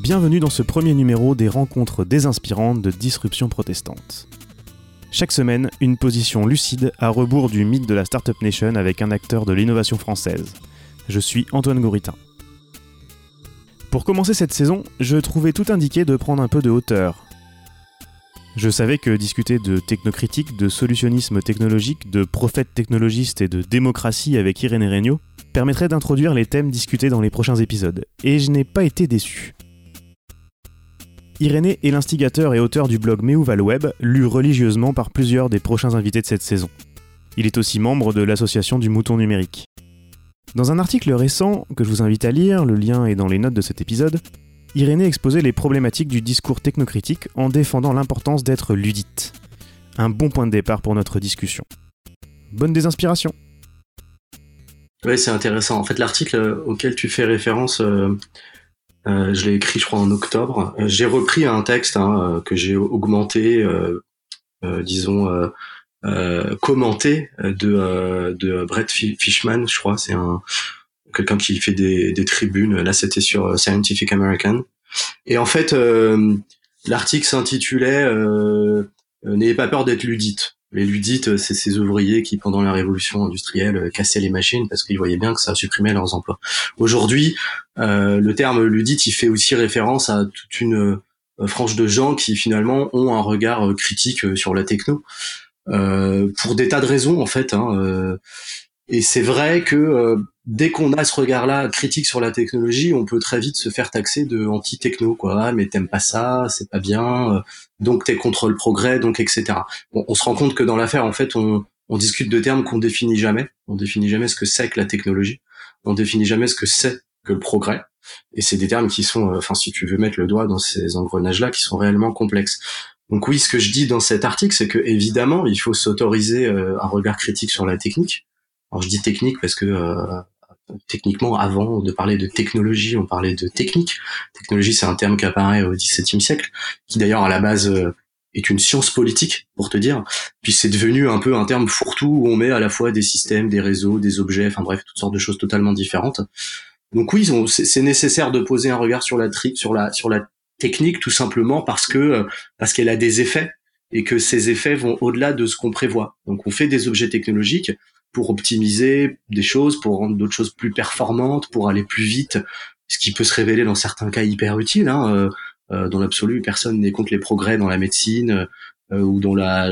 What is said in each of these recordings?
Bienvenue dans ce premier numéro des rencontres désinspirantes de Disruption protestante. Chaque semaine, une position lucide à rebours du mythe de la Startup Nation avec un acteur de l'innovation française. Je suis Antoine Gouritin. Pour commencer cette saison, je trouvais tout indiqué de prendre un peu de hauteur. Je savais que discuter de technocritique, de solutionnisme technologique, de prophète technologiste et de démocratie avec Irénée Regnault permettrait d'introduire les thèmes discutés dans les prochains épisodes. Et je n'ai pas été déçu. Irénée est l'instigateur et auteur du blog Mais où va le web, lu religieusement par plusieurs des prochains invités de cette saison. Il est aussi membre de l'association du Mouton Numérique. Dans un article récent, que je vous invite à lire, le lien est dans les notes de cet épisode, Irénée exposait les problématiques du discours technocritique en défendant l'importance d'être ludite. Un bon point de départ pour notre discussion. Bonne désinspiration. Oui, c'est intéressant. En fait, l'article auquel tu fais référence, je l'ai écrit, je crois, en octobre. J'ai repris un texte que j'ai augmenté, commenté de Brett Fishman, je crois. C'est quelqu'un qui fait des tribunes. Là, c'était sur Scientific American. Et en fait, l'article s'intitulait N'ayez pas peur d'être ludite. Les ludites, c'est ces ouvriers qui, pendant la révolution industrielle, cassaient les machines parce qu'ils voyaient bien que ça supprimait leurs emplois. Aujourd'hui, le terme ludite, il fait aussi référence à toute une frange de gens qui, finalement, ont un regard critique sur la techno, pour des tas de raisons, en fait. Et c'est vrai que dès qu'on a ce regard-là critique sur la technologie, on peut très vite se faire taxer de anti-techno, quoi. Ah, mais t'aimes pas ça, c'est pas bien, donc t'es contre le progrès, donc etc. Bon, on se rend compte que dans l'affaire, en fait, on discute de termes qu'on définit jamais. On définit jamais ce que c'est que la technologie. On définit jamais ce que c'est que le progrès. Et c'est des termes qui sont, si tu veux mettre le doigt dans ces engrenages-là, qui sont réellement complexes. Donc oui, ce que je dis dans cet article, c'est que évidemment, il faut s'autoriser un regard critique sur la technique. Alors je dis technique parce que techniquement, avant de parler de technologie, on parlait de technique. Technologie, c'est un terme qui apparaît au XVIIe siècle, qui d'ailleurs à la base est une science politique, pour te dire. Puis c'est devenu un peu un terme fourre-tout où on met à la fois des systèmes, des réseaux, des objets, enfin bref, toutes sortes de choses totalement différentes. Donc oui, c'est nécessaire de poser un regard sur la technique, tout simplement parce qu'elle a des effets et que ces effets vont au-delà de ce qu'on prévoit. Donc on fait des objets technologiques pour optimiser des choses, pour rendre d'autres choses plus performantes, pour aller plus vite, ce qui peut se révéler dans certains cas hyper utile. Dans l'absolu, personne n'est contre les progrès dans la médecine ou dans la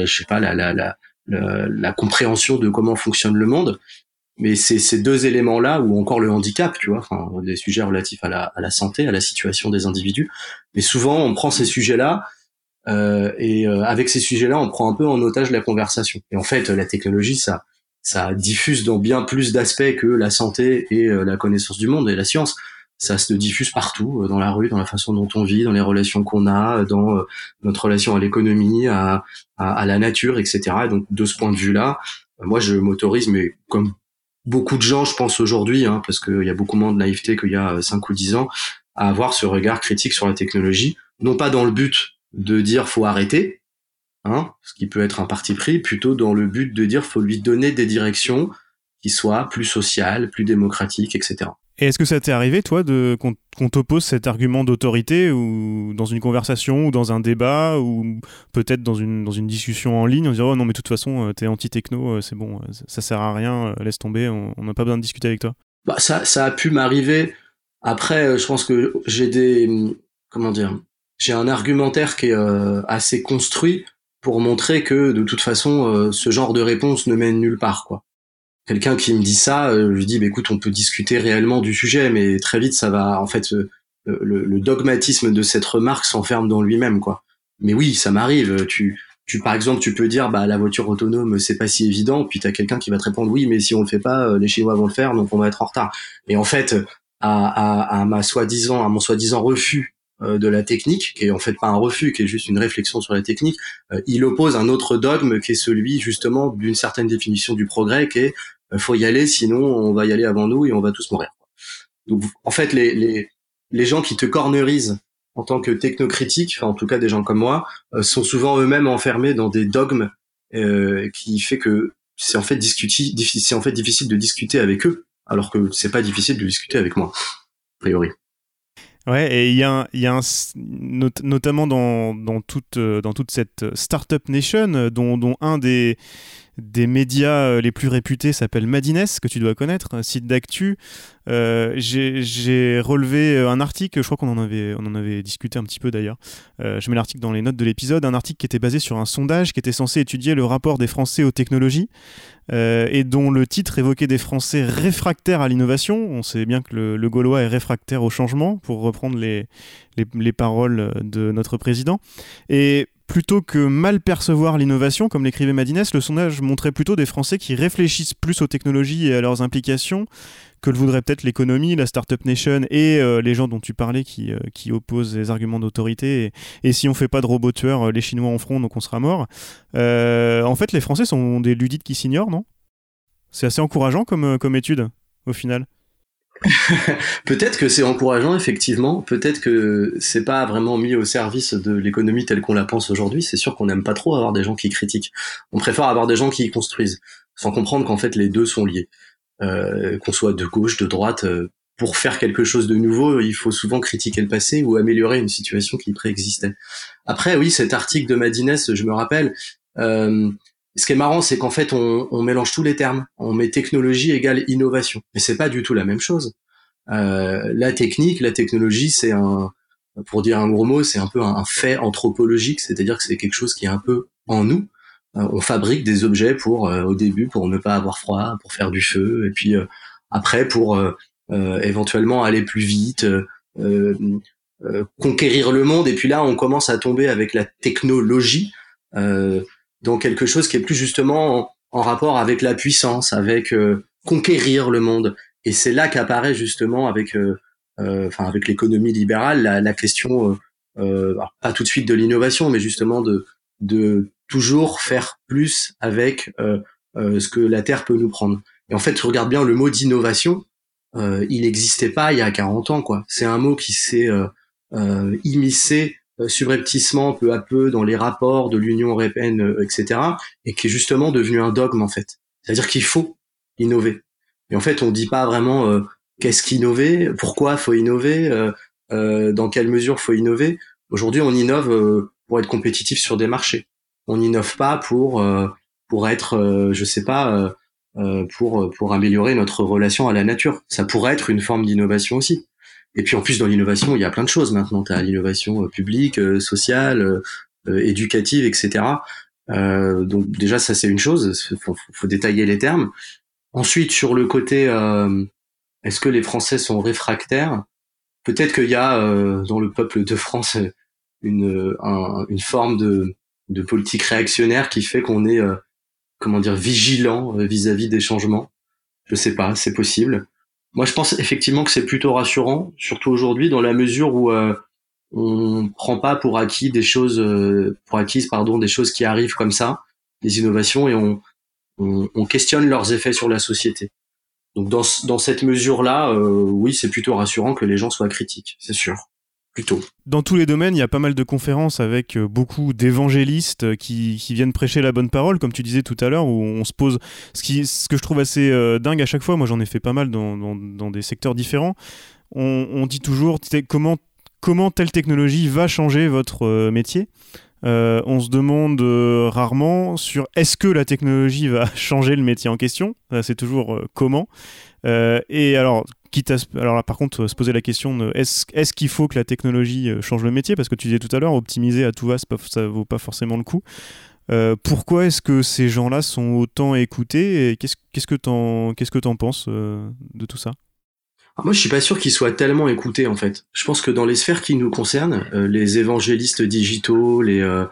compréhension de comment fonctionne le monde. Mais c'est ces deux éléments-là, ou encore le handicap, tu vois, enfin des sujets relatifs à la santé, à la situation des individus. Mais souvent, on prend ces sujets-là et avec ces sujets-là, on prend un peu en otage la conversation. Et en fait, la technologie, ça diffuse dans bien plus d'aspects que la santé et la connaissance du monde et la science. Ça se diffuse partout, dans la rue, dans la façon dont on vit, dans les relations qu'on a, dans notre relation à l'économie, à la nature, etc. Et donc, de ce point de vue-là, moi, je m'autorise, mais comme beaucoup de gens, je pense aujourd'hui, parce qu'il y a beaucoup moins de naïveté qu'il y a 5 ou 10 ans, à avoir ce regard critique sur la technologie, non pas dans le but de dire faut arrêter, ce qui peut être un parti pris, plutôt dans le but de dire faut lui donner des directions qui soient plus sociales, plus démocratiques, etc. Et est-ce que ça t'est arrivé, toi, qu'on t'oppose cet argument d'autorité ou dans une conversation ou dans un débat ou peut-être dans une discussion en ligne, on dirait « Oh non, mais de toute façon, t'es anti-techno, c'est bon, ça sert à rien, laisse tomber, on n'a pas besoin de discuter avec toi ». Ça a pu m'arriver. Après, je pense que j'ai un argumentaire qui est assez construit pour montrer que de toute façon, ce genre de réponse ne mène nulle part, quoi. Quelqu'un qui me dit ça, je lui dis écoute, on peut discuter réellement du sujet, mais très vite ça va, en fait, le dogmatisme de cette remarque s'enferme dans lui-même, quoi. Mais oui, ça m'arrive. Par exemple, tu peux dire la voiture autonome c'est pas si évident, puis t'as quelqu'un qui va te répondre oui, mais si on le fait pas, les Chinois vont le faire, donc on va être en retard. Et en fait, à mon soi-disant refus de la technique, qui est en fait pas un refus, qui est juste une réflexion sur la technique, il oppose un autre dogme qui est celui justement d'une certaine définition du progrès, qui est faut y aller, sinon on va y aller avant nous et on va tous mourir. Donc en fait les gens qui te cornerisent en tant que technocritique, enfin en tout cas des gens comme moi, sont souvent eux-mêmes enfermés dans des dogmes qui fait que c'est en fait difficile de discuter avec eux, alors que c'est pas difficile de discuter avec moi, a priori. Ouais, et notamment dans toute cette Startup Nation, dont un des médias les plus réputés s'appelle Madines, que tu dois connaître, un site d'actu. J'ai relevé un article, je crois qu'on en avait discuté un petit peu d'ailleurs. Je mets l'article dans les notes de l'épisode, un article qui était basé sur un sondage qui était censé étudier le rapport des Français aux technologies. Et dont le titre évoquait des Français réfractaires à l'innovation. On sait bien que le Gaulois est réfractaire au changement, pour reprendre les paroles de notre président. Et plutôt que mal percevoir l'innovation, comme l'écrivait Madines, le sondage montrait plutôt des Français qui réfléchissent plus aux technologies et à leurs implications que le voudrait peut-être l'économie, la Startup Nation et les gens dont tu parlais qui opposent les arguments d'autorité. Et si on fait pas de robots tueurs, les Chinois en feront, donc on sera mort. En fait, les Français sont des ludites qui s'ignorent, non ? C'est assez encourageant comme étude, au final. Peut-être que c'est encourageant, effectivement. Peut-être que c'est pas vraiment mis au service de l'économie telle qu'on la pense aujourd'hui. C'est sûr qu'on n'aime pas trop avoir des gens qui critiquent. On préfère avoir des gens qui construisent, sans comprendre qu'en fait les deux sont liés. Qu'on soit de gauche, de droite, pour faire quelque chose de nouveau, il faut souvent critiquer le passé ou améliorer une situation qui préexistait. Après, oui, cet article de Madines, je me rappelle, ce qui est marrant, c'est qu'en fait, on mélange tous les termes. On met technologie égale innovation. Mais c'est pas du tout la même chose. La technologie, c'est pour dire un gros mot, c'est un peu un fait anthropologique, c'est-à-dire que c'est quelque chose qui est un peu en nous. On fabrique des objets au début pour ne pas avoir froid, pour faire du feu, et puis après pour éventuellement aller plus vite, conquérir le monde. Et puis là, on commence à tomber avec la technologie dans quelque chose qui est plus justement en rapport avec la puissance, avec conquérir le monde. Et c'est là qu'apparaît justement avec l'économie libérale la question, pas tout de suite de l'innovation, mais justement de toujours faire plus avec ce que la Terre peut nous prendre. Et en fait, tu regardes bien le mot d'innovation, il n'existait pas il y a 40 ans, quoi. C'est un mot qui s'est immiscé subrepticement, peu à peu, dans les rapports de l'Union européenne, etc., et qui est justement devenu un dogme, en fait. C'est-à-dire qu'il faut innover. Et en fait, on dit pas vraiment qu'est-ce qu'innover, pourquoi faut innover, dans quelle mesure faut innover. Aujourd'hui, on innove pour être compétitif sur des marchés. On n'innove pas pour être, pour améliorer notre relation à la nature. Ça pourrait être une forme d'innovation aussi. Et puis en plus, dans l'innovation, il y a plein de choses maintenant. Tu as l'innovation publique, sociale, éducative, etc. Donc déjà, ça c'est une chose. Faut détailler les termes. Ensuite, sur le côté, est-ce que les Français sont réfractaires ? Peut-être qu'il y a dans le peuple de France une forme de politique réactionnaire qui fait qu'on est vigilant vis-à-vis des changements. Je sais pas, c'est possible. Moi, je pense effectivement que c'est plutôt rassurant, surtout aujourd'hui, dans la mesure où on prend pas pour acquises des choses qui arrivent comme ça, des innovations, et on questionne leurs effets sur la société. Donc dans cette mesure-là, oui, c'est plutôt rassurant que les gens soient critiques, c'est sûr. Plutôt. Dans tous les domaines, il y a pas mal de conférences avec beaucoup d'évangélistes qui viennent prêcher la bonne parole, comme tu disais tout à l'heure, où on se pose... Ce que je trouve assez dingue à chaque fois, moi j'en ai fait pas mal dans des secteurs différents, on dit toujours comment telle technologie va changer votre métier. On se demande rarement sur est-ce que la technologie va changer le métier en question. C'est toujours comment. Et alors là, par contre, se poser la question de est-ce qu'il faut que la technologie change le métier, parce que tu disais tout à l'heure, optimiser à tout va, ça vaut pas forcément le coup. Pourquoi est-ce que ces gens-là sont autant écoutés, et qu'est-ce que t'en penses de tout ça? Moi, je suis pas sûr qu'ils soient tellement écoutés, en fait. Je pense que dans les sphères qui nous concernent, les évangélistes digitaux,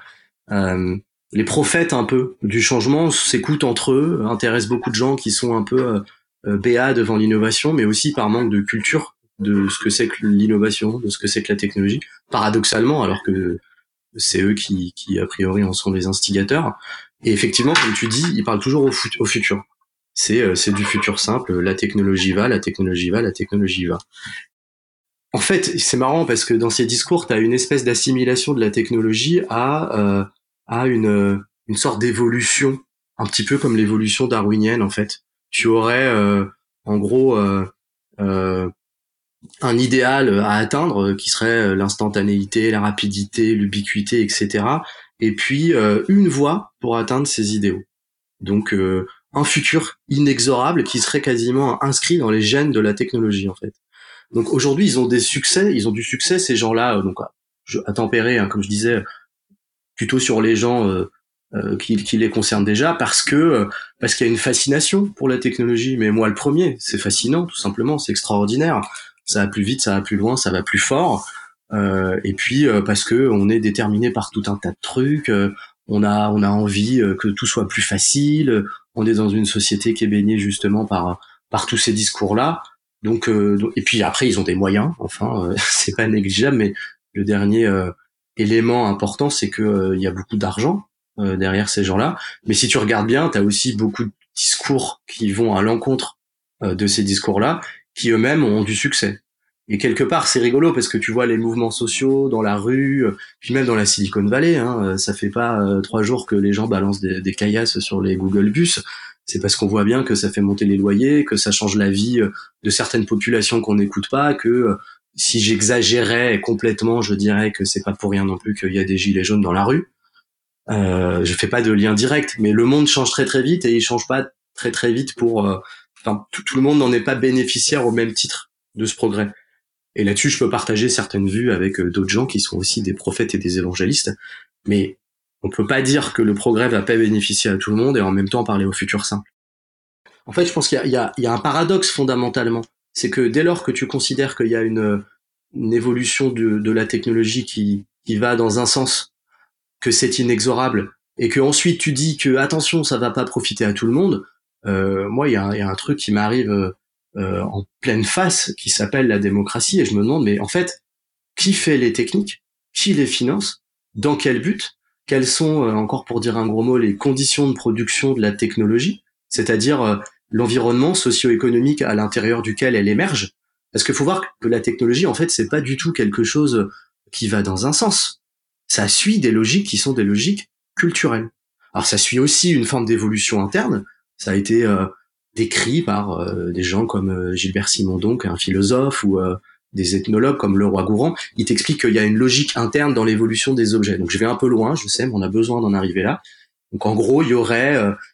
les prophètes un peu du changement s'écoutent entre eux, intéressent beaucoup de gens qui sont un peu béats devant l'innovation, mais aussi par manque de culture de ce que c'est que l'innovation, de ce que c'est que la technologie, paradoxalement, alors que c'est eux qui a priori en sont les instigateurs. Et effectivement, comme tu dis, ils parlent toujours au futur. C'est du futur simple, la technologie va. En fait, c'est marrant parce que dans ces discours, tu as une espèce d'assimilation de la technologie à une sorte d'évolution, un petit peu comme l'évolution darwinienne, en fait. Tu aurais, en gros, un idéal à atteindre qui serait l'instantanéité, la rapidité, l'ubiquité, etc. Et puis une voie pour atteindre ces idéaux. Donc un futur inexorable qui serait quasiment inscrit dans les gènes de la technologie en fait. Donc aujourd'hui ils ont du succès ces gens-là, donc à tempérer, hein, comme je disais, plutôt sur les gens qui les concernent déjà, parce qu'il y a une fascination pour la technologie. Mais moi le premier, c'est fascinant tout simplement, c'est extraordinaire. Ça va plus vite, ça va plus loin, ça va plus fort. Et puis parce que on est déterminé par tout un tas de trucs. On a envie que tout soit plus facile. On est dans une société qui est baignée justement par tous ces discours-là. Donc et puis après ils ont des moyens. Enfin, c'est pas négligeable. Mais le dernier élément important, c'est que il y a beaucoup d'argent derrière ces gens-là. Mais si tu regardes bien, t'as aussi beaucoup de discours qui vont à l'encontre de ces discours-là, qui eux-mêmes ont du succès. Et quelque part, c'est rigolo parce que tu vois les mouvements sociaux dans la rue, puis même dans la Silicon Valley, hein, ça fait pas 3 jours que les gens balancent des caillasses sur les Google Bus. C'est parce qu'on voit bien que ça fait monter les loyers, que ça change la vie de certaines populations qu'on n'écoute pas, que si j'exagérais complètement, je dirais que c'est pas pour rien non plus qu'il y a des gilets jaunes dans la rue. Je fais pas de lien direct, mais le monde change très très vite et il change pas très très vite pour... tout le monde n'en est pas bénéficiaire au même titre de ce progrès. Et là-dessus, je peux partager certaines vues avec d'autres gens qui sont aussi des prophètes et des évangélistes, mais on peut pas dire que le progrès va pas bénéficier à tout le monde et en même temps parler au futur simple. En fait, je pense qu'il y a un paradoxe fondamentalement, c'est que dès lors que tu considères qu'il y a une évolution de la technologie qui va dans un sens, que c'est inexorable, et que ensuite tu dis que attention, ça va pas profiter à tout le monde, moi, il y a un truc qui m'arrive en pleine face qui s'appelle la démocratie, et je me demande, mais en fait, qui fait les techniques, qui les finance, dans quel but, quelles sont, encore pour dire un gros mot, les conditions de production de la technologie, c'est-à-dire l'environnement socio-économique à l'intérieur duquel elle émerge, parce qu'il faut voir que la technologie, en fait, c'est pas du tout quelque chose qui va dans un sens. Ça suit des logiques qui sont des logiques culturelles. Alors ça suit aussi une forme d'évolution interne. Ça a été décrit par des gens comme Gilbert Simondon, qui est un philosophe, ou des ethnologues comme Leroi-Gourhan. Il t'explique qu'il y a une logique interne dans l'évolution des objets. Donc je vais un peu loin, je sais, mais on a besoin d'en arriver là. Donc en gros, il y aurait,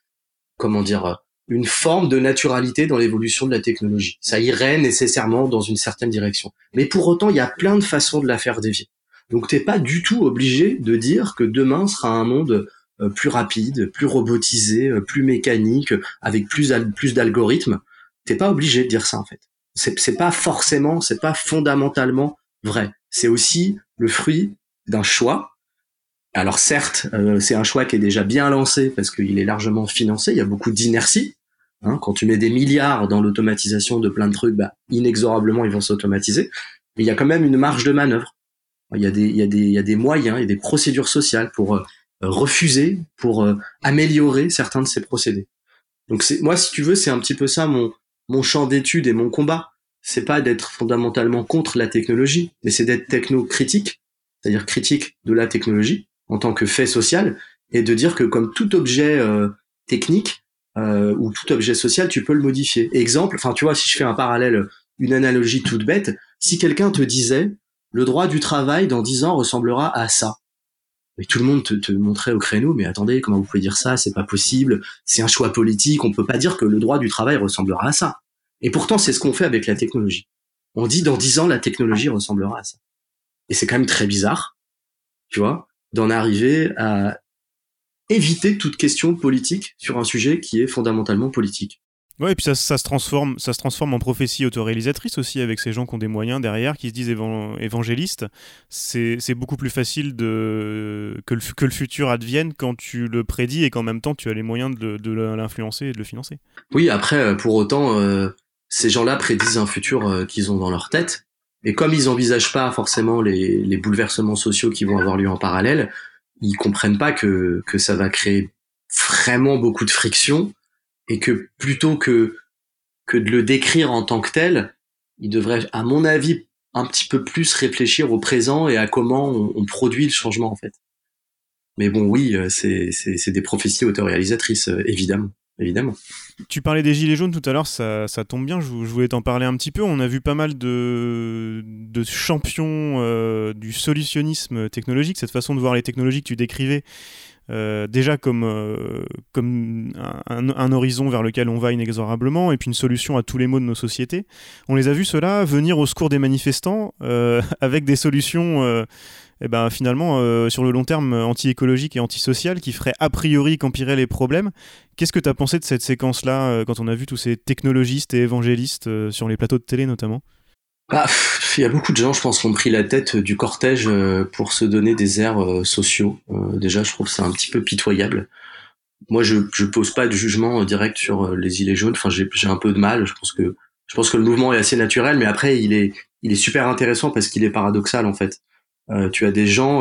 une forme de naturalité dans l'évolution de la technologie. Ça irait nécessairement dans une certaine direction. Mais pour autant, il y a plein de façons de la faire dévier. Donc t'es pas du tout obligé de dire que demain sera un monde plus rapide, plus robotisé, plus mécanique, avec plus d'algorithmes. T'es pas obligé de dire ça en fait. C'est pas forcément, c'est pas fondamentalement vrai. C'est aussi le fruit d'un choix. Alors certes, c'est un choix qui est déjà bien lancé parce qu'il est largement financé. Il y a beaucoup d'inertie. Hein, quand tu mets des milliards dans l'automatisation de plein de trucs, inexorablement ils vont s'automatiser. Mais il y a quand même une marge de manœuvre. Il y a des moyens et des procédures sociales pour refuser, pour améliorer certains de ces procédés. Donc moi, si tu veux, c'est un petit peu ça mon champ d'étude et mon combat. C'est pas d'être fondamentalement contre la technologie, mais c'est d'être techno-critique, c'est-à-dire critique de la technologie en tant que fait social, et de dire que comme tout objet technique ou tout objet social, tu peux le modifier. Exemple, enfin tu vois, si je fais un parallèle, une analogie toute bête, si quelqu'un te disait le droit du travail dans 10 ans ressemblera à ça. Mais tout le monde te montrait au créneau, mais attendez, comment vous pouvez dire ça? C'est pas possible. C'est un choix politique. On peut pas dire que le droit du travail ressemblera à ça. Et pourtant, c'est ce qu'on fait avec la technologie. On dit dans 10 ans, la technologie ressemblera à ça. Et c'est quand même très bizarre, tu vois, d'en arriver à éviter toute question politique sur un sujet qui est fondamentalement politique. Ouais, et puis ça se transforme en prophétie autoréalisatrice aussi, avec ces gens qui ont des moyens derrière, qui se disent évangélistes. C'est beaucoup plus facile que le futur advienne quand tu le prédis et qu'en même temps tu as les moyens de l'influencer et de le financer. Oui, après, pour autant, ces gens-là prédisent un futur qu'ils ont dans leur tête. Et comme ils envisagent pas forcément les bouleversements sociaux qui vont avoir lieu en parallèle, ils comprennent pas que ça va créer vraiment beaucoup de friction. Et que plutôt que de le décrire en tant que tel, il devrait, à mon avis, un petit peu plus réfléchir au présent et à comment on produit le changement, en fait. Mais bon, oui, c'est des prophéties autoréalisatrices, évidemment. évidemment. Tu parlais des gilets jaunes tout à l'heure, ça tombe bien, je voulais t'en parler un petit peu. On a vu pas mal de champions du solutionnisme technologique, cette façon de voir les technologies que tu décrivais, déjà comme un horizon vers lequel on va inexorablement, et puis une solution à tous les maux de nos sociétés. On les a vus, ceux-là, venir au secours des manifestants avec des solutions finalement, sur le long terme, anti-écologiques et antisociales, qui feraient a priori qu'empirer les problèmes. Qu'est-ce que tu as pensé de cette séquence-là, quand on a vu tous ces technologistes et évangélistes sur les plateaux de télé notamment ? Il y a beaucoup de gens, je pense, qui ont pris la tête du cortège pour se donner des airs sociaux. Déjà, je trouve que c'est un petit peu pitoyable. Moi, je pose pas de jugement direct sur les gilets jaunes. Enfin, j'ai un peu de mal. Je pense que le mouvement est assez naturel, mais après, il est super intéressant parce qu'il est paradoxal en fait. Tu as des gens,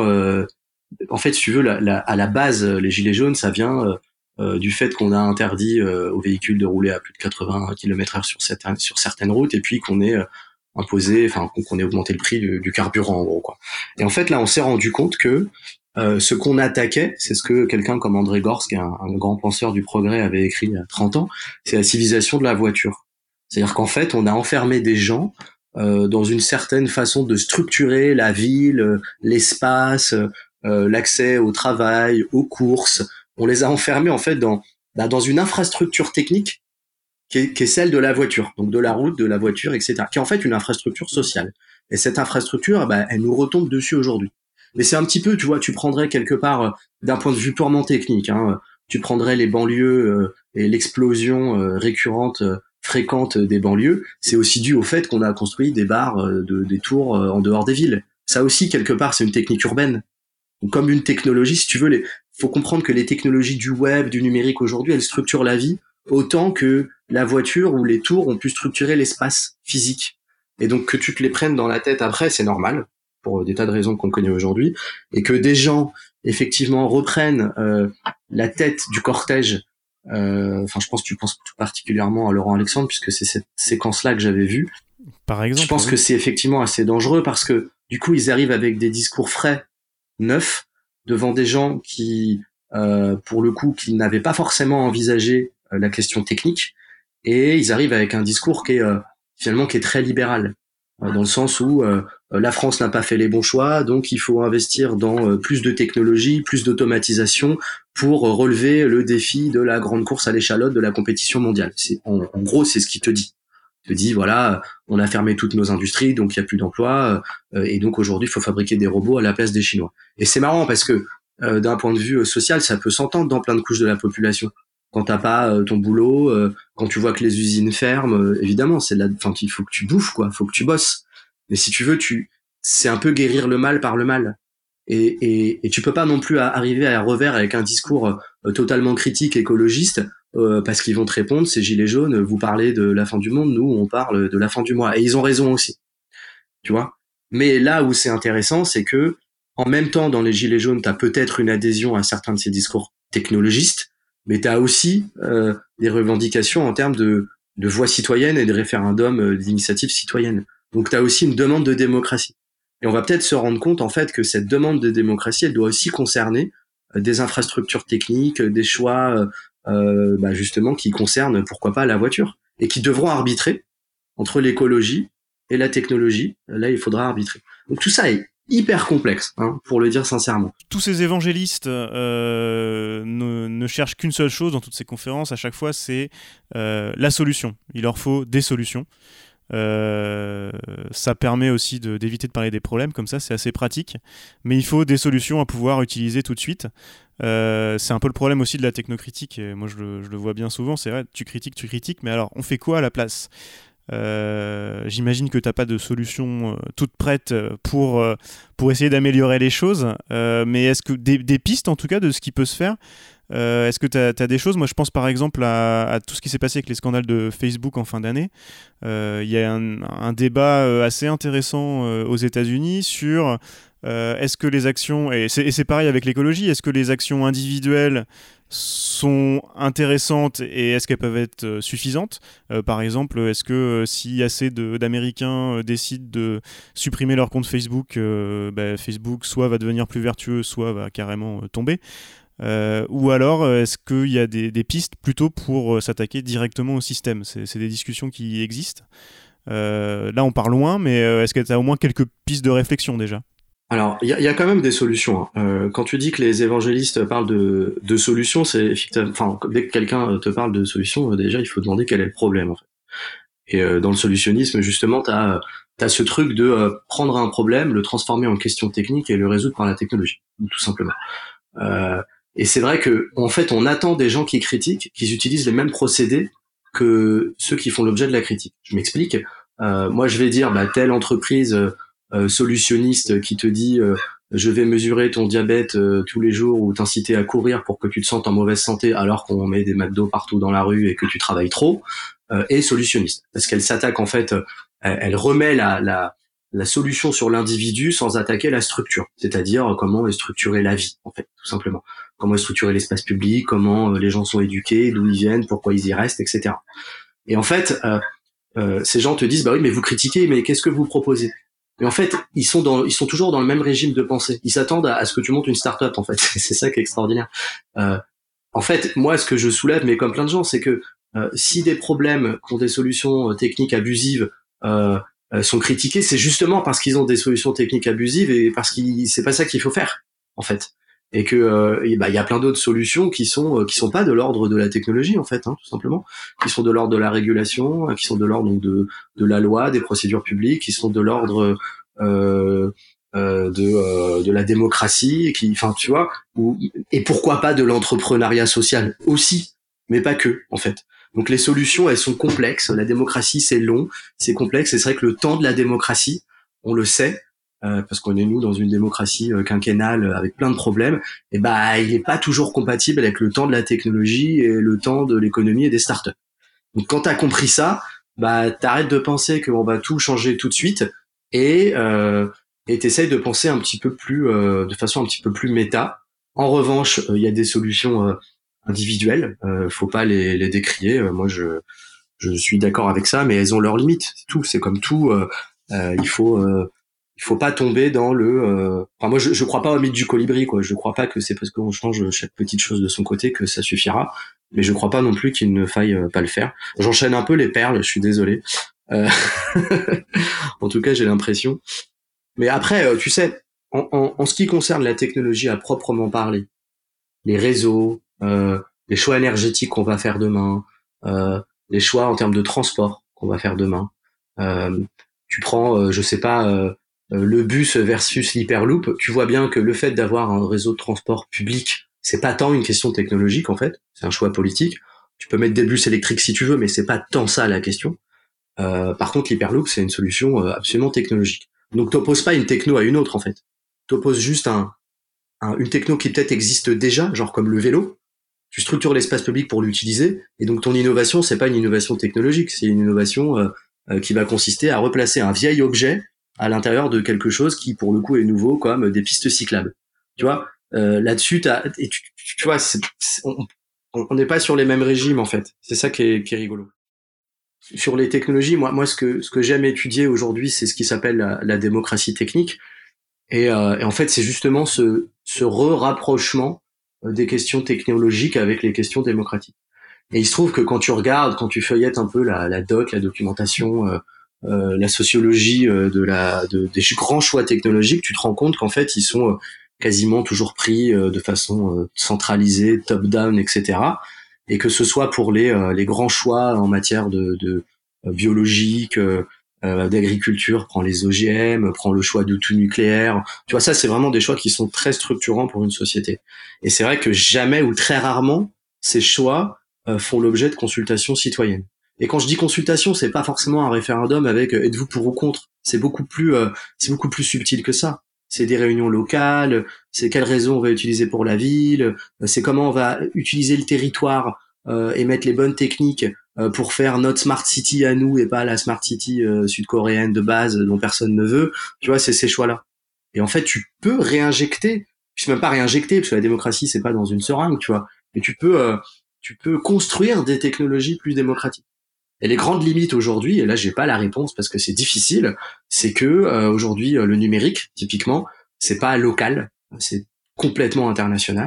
en fait, si tu veux, à la base, les gilets jaunes, ça vient du fait qu'on a interdit aux véhicules de rouler à plus de 80 km/h sur certaines routes, et puis qu'on ait imposé, enfin qu'on ait augmenté le prix du carburant en gros quoi. Et en fait, là, on s'est rendu compte que ce qu'on attaquait, c'est ce que quelqu'un comme André Gorz, qui est un grand penseur du progrès, avait écrit il y a 30 ans, c'est la civilisation de la voiture. C'est-à-dire qu'en fait, on a enfermé des gens dans une certaine façon de structurer la ville, l'espace, l'accès au travail, aux courses. On les a enfermés en fait dans une infrastructure technique qui est celle de la voiture, donc de la route, de la voiture, etc., qui est en fait une infrastructure sociale. Et cette infrastructure, elle nous retombe dessus aujourd'hui. Mais c'est un petit peu, tu vois, tu prendrais quelque part, d'un point de vue purement technique, hein, tu prendrais les banlieues et l'explosion récurrente, fréquente des banlieues, c'est aussi dû au fait qu'on a construit des bars, des tours en dehors des villes. Ça aussi, quelque part, c'est une technique urbaine. Donc, comme une technologie, si tu veux, faut comprendre que les technologies du web, du numérique aujourd'hui, elles structurent la vie autant que la voiture ou les tours ont pu structurer l'espace physique. Et donc que tu te les prennes dans la tête après, c'est normal, pour des tas de raisons qu'on connaît aujourd'hui, et que des gens, effectivement, reprennent la tête du cortège. Enfin, je pense que tu penses tout particulièrement à Laurent Alexandre, puisque c'est cette séquence-là que j'avais vue. Par exemple, je pense que c'est effectivement assez dangereux, parce que du coup, ils arrivent avec des discours frais, neufs, devant des gens qui, pour le coup, qui n'avaient pas forcément envisagé la question technique, et ils arrivent avec un discours qui est finalement qui est très libéral, dans le sens où la France n'a pas fait les bons choix, donc il faut investir dans plus de technologie, plus d'automatisation pour relever le défi de la grande course à l'échalote de la compétition mondiale. En gros, c'est ce qu'il te dit. Il te dit, voilà, on a fermé toutes nos industries, donc il n'y a plus d'emplois, et donc aujourd'hui, il faut fabriquer des robots à la place des Chinois. Et c'est marrant parce que d'un point de vue social, ça peut s'entendre dans plein de couches de la population. Quand t'as pas ton boulot, quand tu vois que les usines ferment, évidemment, il faut que tu bouffes, quoi, faut que tu bosses. Mais si tu veux, c'est un peu guérir le mal par le mal. Et tu peux pas non plus arriver à un revers avec un discours totalement critique, écologiste, parce qu'ils vont te répondre, ces gilets jaunes, vous parlez de la fin du monde, nous, on parle de la fin du mois. Et ils ont raison aussi, tu vois. Mais là où c'est intéressant, c'est que, en même temps, dans les gilets jaunes, t'as peut-être une adhésion à certains de ces discours technologistes, mais tu as aussi des revendications en termes de voix citoyenne et de référendum d'initiative citoyenne. Donc tu as aussi une demande de démocratie. Et on va peut-être se rendre compte en fait que cette demande de démocratie, elle doit aussi concerner des infrastructures techniques, des choix justement qui concernent pourquoi pas la voiture, et qui devront arbitrer entre l'écologie et la technologie. Là, il faudra arbitrer. Donc tout ça est hyper complexe, hein, pour le dire sincèrement. Tous ces évangélistes ne cherchent qu'une seule chose dans toutes ces conférences, à chaque fois, c'est la solution. Il leur faut des solutions. Ça permet aussi d'éviter de parler des problèmes, comme ça, c'est assez pratique. Mais il faut des solutions à pouvoir utiliser tout de suite. C'est un peu le problème aussi de la technocritique. Et moi, je le vois bien souvent. C'est vrai, tu critiques, mais alors, on fait quoi à la place ? J'imagine que t'as pas de solution toute prête pour essayer d'améliorer les choses, mais est-ce que des pistes en tout cas de ce qui peut se faire, est-ce que t'as des choses? Moi je pense par exemple à tout ce qui s'est passé avec les scandales de Facebook en fin d'année. Il y a un débat assez intéressant aux États-Unis sur est-ce que les actions, et c'est pareil avec l'écologie, est-ce que les actions individuelles sont intéressantes et est-ce qu'elles peuvent être suffisantes? Par exemple, est-ce que si assez d'Américains décident de supprimer leur compte Facebook, Facebook soit va devenir plus vertueux, soit va carrément tomber. Ou alors, est-ce qu'il y a des pistes plutôt pour s'attaquer directement au système ? C'est des discussions qui existent. Là, on part loin, mais est-ce que tu as au moins quelques pistes de réflexion déjà ? Alors, il y a quand même des solutions. Quand tu dis que les évangélistes parlent de solutions, c'est effectivement, enfin, dès que quelqu'un te parle de solutions, déjà, il faut demander quel est le problème, en fait. Et dans le solutionnisme, justement, t'as ce truc de prendre un problème, le transformer en question technique et le résoudre par la technologie, tout simplement. Et c'est vrai que, en fait, on attend des gens qui critiquent, qu'ils utilisent les mêmes procédés que ceux qui font l'objet de la critique. Je m'explique. Moi, je vais dire, telle entreprise solutionniste qui te dit je vais mesurer ton diabète tous les jours ou t'inciter à courir pour que tu te sentes en mauvaise santé alors qu'on met des McDo partout dans la rue et que tu travailles trop, est solutionniste. Parce qu'elle s'attaque, en fait, elle remet la solution sur l'individu sans attaquer la structure, c'est-à-dire comment est structurée la vie, en fait, tout simplement. Comment est structuré l'espace public, comment les gens sont éduqués, d'où ils viennent, pourquoi ils y restent, etc. Et en fait, ces gens te disent, bah oui, mais vous critiquez, mais qu'est-ce que vous proposez ? Et en fait, ils sont toujours dans le même régime de pensée. Ils s'attendent à ce que tu montes une start-up, en fait. C'est ça qui est extraordinaire. En fait, moi, ce que je soulève, mais comme plein de gens, c'est que si des problèmes qui ont des solutions techniques abusives sont critiqués, c'est justement parce qu'ils ont des solutions techniques abusives et parce que c'est pas ça qu'il faut faire, en fait. Et que il y a plein d'autres solutions qui sont pas de l'ordre de la technologie, en fait, tout simplement, qui sont de l'ordre de la régulation, qui sont de l'ordre donc de la loi, des procédures publiques, qui sont de l'ordre de la démocratie, enfin, tu vois, et pourquoi pas de l'entrepreneuriat social aussi, mais pas que, en fait. Donc les solutions, elles sont complexes. La démocratie, c'est long, c'est complexe. Et c'est vrai que le temps de la démocratie, on le sait, parce qu'on est nous dans une démocratie quinquennale avec plein de problèmes. Et il est pas toujours compatible avec le temps de la technologie et le temps de l'économie et des startups. Donc quand t'as compris ça, t'arrêtes de penser qu'on va tout changer tout de suite et t'essayes de penser un petit peu plus, de façon un petit peu plus méta. En revanche, il y a des solutions individuelles, faut pas les décrier. Moi, je suis d'accord avec ça, mais elles ont leurs limites. C'est tout. C'est comme tout. Il faut pas tomber dans le. Enfin, moi, je crois pas au mythe du colibri, quoi. Je crois pas que c'est parce qu'on change chaque petite chose de son côté que ça suffira. Mais je crois pas non plus qu'il ne faille pas le faire. J'enchaîne un peu les perles. Je suis désolé. En tout cas, j'ai l'impression. Mais après, tu sais, en ce qui concerne la technologie à proprement parler, les réseaux, les choix énergétiques qu'on va faire demain, les choix en termes de transport qu'on va faire demain. Tu prends, je sais pas, le bus versus l'hyperloop. Tu vois bien que le fait d'avoir un réseau de transport public, c'est pas tant une question technologique, en fait. C'est un choix politique. Tu peux mettre des bus électriques si tu veux, mais c'est pas tant ça la question. Par contre, l'hyperloop, c'est une solution absolument technologique. Donc, t'opposes pas une techno à une autre, en fait. T'opposes juste une techno qui peut-être existe déjà, genre comme le vélo. Tu structures l'espace public pour l'utiliser, et donc ton innovation, c'est pas une innovation technologique, c'est une innovation qui va consister à replacer un vieil objet à l'intérieur de quelque chose qui, pour le coup, est nouveau, comme des pistes cyclables. Tu vois, là-dessus, tu vois, on n'est pas sur les mêmes régimes, en fait. C'est ça qui est rigolo. Sur les technologies, moi, ce que j'aime étudier aujourd'hui, c'est ce qui s'appelle la démocratie technique. Et en fait, c'est justement ce rapprochement des questions technologiques avec les questions démocratiques. Et il se trouve que quand tu feuillettes un peu la doc, la documentation, la sociologie des grands choix technologiques, tu te rends compte qu'en fait, ils sont quasiment toujours pris de façon centralisée, top-down, etc. Et que ce soit pour les grands choix en matière de biologique, d'agriculture, prends les OGM, prends le choix de tout nucléaire. Tu vois, ça, c'est vraiment des choix qui sont très structurants pour une société. Et c'est vrai que jamais ou très rarement, ces choix font l'objet de consultations citoyennes. Et quand je dis consultation, c'est pas forcément un référendum avec êtes-vous pour ou contre. C'est beaucoup plus subtil que ça. C'est des réunions locales, c'est quel réseau on va utiliser pour la ville, c'est comment on va utiliser le territoire et mettre les bonnes techniques pour faire notre smart city à nous et pas la smart city sud-coréenne de base dont personne ne veut. Tu vois, c'est ces choix-là. Et en fait, tu peux réinjecter, puis même pas réinjecter, parce que la démocratie, c'est pas dans une seringue, tu vois, mais tu peux construire des technologies plus démocratiques. Et les grandes limites aujourd'hui, et là j'ai pas la réponse parce que c'est difficile, c'est que aujourd'hui le numérique, typiquement, c'est pas local, c'est complètement international.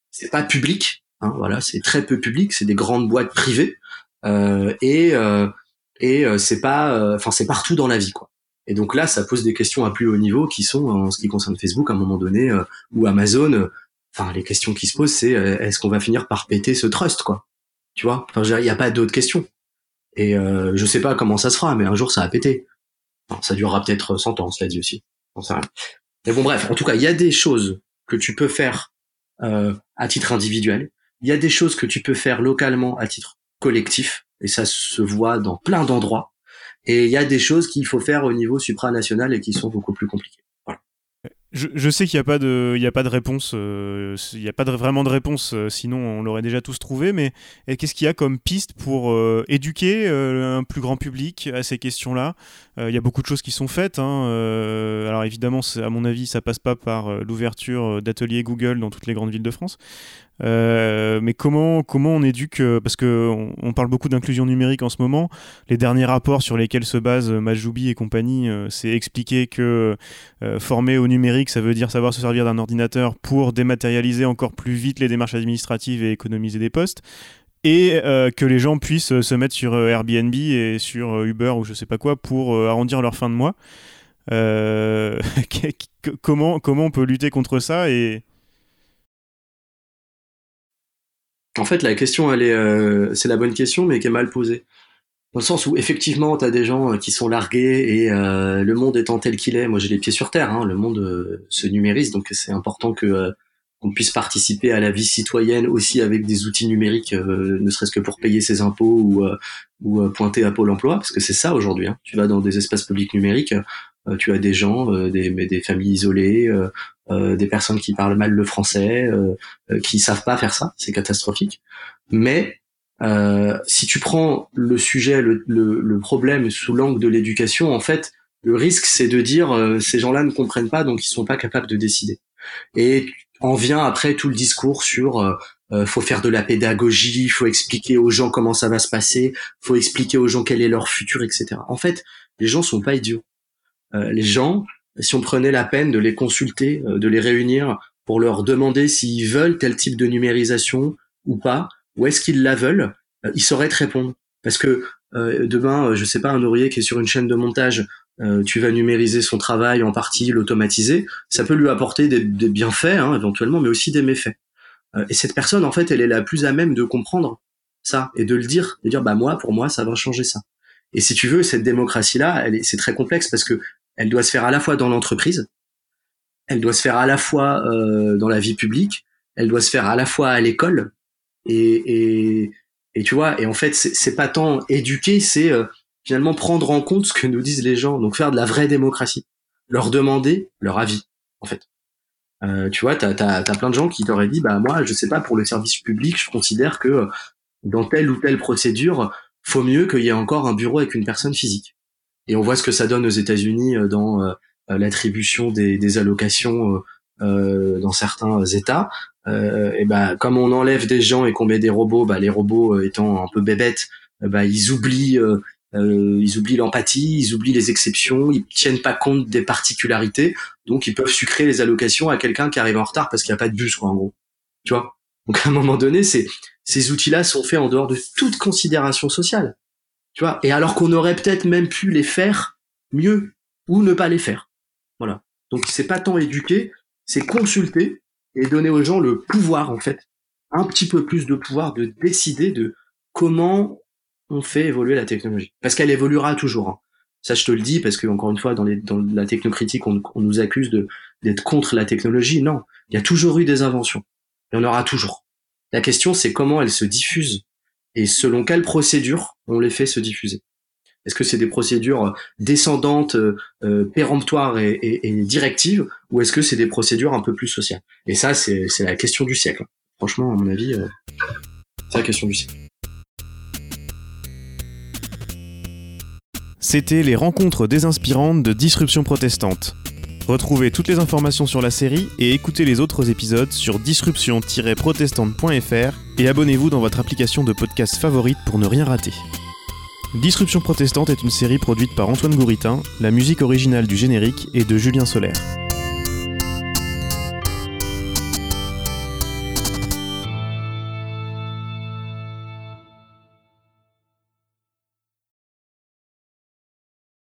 c'est pas public, hein, voilà, c'est très peu public, c'est des grandes boîtes privées, et c'est pas, enfin c'est partout dans la vie, quoi. Et donc là, ça pose des questions à plus haut niveau qui sont, en ce qui concerne Facebook, à un moment donné, ou Amazon. Enfin, les questions qui se posent, c'est est-ce qu'on va finir par péter ce trust, quoi? Tu vois? Enfin, il y a pas d'autres questions. Et je sais pas comment ça se fera, mais un jour ça va péter. Enfin, ça durera peut-être 100 ans, cela dit aussi. J'en sais rien. Mais bon, bref, en tout cas, il y a des choses que tu peux faire à titre individuel. Il y a des choses que tu peux faire localement à titre collectif, et ça se voit dans plein d'endroits. Et il y a des choses qu'il faut faire au niveau supranational et qui sont beaucoup plus compliquées. Voilà. Je sais qu'il n'y a pas de réponse, il n'y a pas vraiment de réponse, sinon on l'aurait déjà tous trouvé, mais qu'est-ce qu'il y a comme piste pour éduquer un plus grand public à ces questions-là? Il y a beaucoup de choses qui sont faites, hein, alors évidemment, à mon avis, ça passe pas par l'ouverture d'ateliers Google dans toutes les grandes villes de France. Mais comment on éduque, parce qu'on parle beaucoup d'inclusion numérique en ce moment. Les derniers rapports sur lesquels se basent Majoubi et compagnie, c'est expliquer que former au numérique, ça veut dire savoir se servir d'un ordinateur pour dématérialiser encore plus vite les démarches administratives et économiser des postes, et que les gens puissent se mettre sur Airbnb et sur Uber ou je sais pas quoi pour arrondir leur fin de mois. Comment on peut lutter contre ça? Et En fait, la question, c'est la bonne question, mais qui est mal posée. Dans le sens où, effectivement, t'as des gens qui sont largués et le monde étant tel qu'il est, moi j'ai les pieds sur terre, hein, le monde se numérise, donc c'est important qu'on puisse participer à la vie citoyenne aussi avec des outils numériques, ne serait-ce que pour payer ses impôts ou pointer à Pôle emploi, parce que c'est ça aujourd'hui. Hein. Tu vas dans des espaces publics numériques, tu as des gens, des familles isolées, des personnes qui parlent mal le français, qui savent pas faire ça, c'est catastrophique. Mais si tu prends le sujet, le problème sous l'angle de l'éducation, en fait, le risque c'est de dire ces gens-là ne comprennent pas, donc ils sont pas capables de décider. Et en vient après tout le discours sur faut faire de la pédagogie, faut expliquer aux gens comment ça va se passer, faut expliquer aux gens quel est leur futur, etc. En fait, les gens sont pas idiots. Les gens, si on prenait la peine de les consulter, de les réunir pour leur demander s'ils veulent tel type de numérisation ou pas, ou est-ce qu'ils la veulent, ils sauraient te répondre. Parce que demain, je sais pas, un ouvrier qui est sur une chaîne de montage, tu vas numériser son travail en partie, l'automatiser, ça peut lui apporter des bienfaits, hein, éventuellement, mais aussi des méfaits. Et cette personne, en fait, elle est la plus à même de comprendre ça et de le dire, de dire, bah pour moi, ça va changer ça. Et si tu veux, cette démocratie-là, c'est très complexe parce que elle doit se faire à la fois dans l'entreprise, elle doit se faire à la fois dans la vie publique, elle doit se faire à la fois à l'école, et tu vois, et en fait, c'est pas tant éduquer, c'est finalement prendre en compte ce que nous disent les gens, donc faire de la vraie démocratie, leur demander leur avis, en fait. Tu vois, t'as plein de gens qui t'auraient dit, moi, je sais pas, pour le service public, je considère que dans telle ou telle procédure, faut mieux qu'il y ait encore un bureau avec une personne physique. Et on voit ce que ça donne aux États-Unis dans l'attribution des allocations dans certains États. Et comme on enlève des gens et qu'on met des robots, les robots étant un peu bébêtes, ils oublient l'empathie, ils oublient les exceptions, ils tiennent pas compte des particularités, donc ils peuvent sucrer les allocations à quelqu'un qui arrive en retard parce qu'il n'y a pas de bus, quoi, en gros. Tu vois ? Donc à un moment donné, ces outils-là sont faits en dehors de toute considération sociale. Tu vois ? Et alors qu'on aurait peut-être même pu les faire mieux ou ne pas les faire. Voilà. Donc c'est pas tant éduquer, c'est consulter et donner aux gens le pouvoir, en fait, un petit peu plus de pouvoir de décider de comment on fait évoluer la technologie. Parce qu'elle évoluera toujours. Hein. Ça, je te le dis, parce que encore une fois, dans la technocritique, on nous accuse d'être contre la technologie. Non, il y a toujours eu des inventions. Il y en aura toujours. La question, c'est comment elles se diffusent et selon quelle procédure on les fait se diffuser. Est-ce que c'est des procédures descendantes, péremptoires et directives, ou est-ce que c'est des procédures un peu plus sociales ? Et ça, c'est la question du siècle. Franchement, à mon avis, c'est la question du siècle. C'était les rencontres désinspirantes de Disruption Protestante. Retrouvez toutes les informations sur la série et écoutez les autres épisodes sur disruption-protestante.fr et abonnez-vous dans votre application de podcast favorite pour ne rien rater. Disruption Protestante est une série produite par Antoine Gouritin, la musique originale du générique est de Julien Solaire.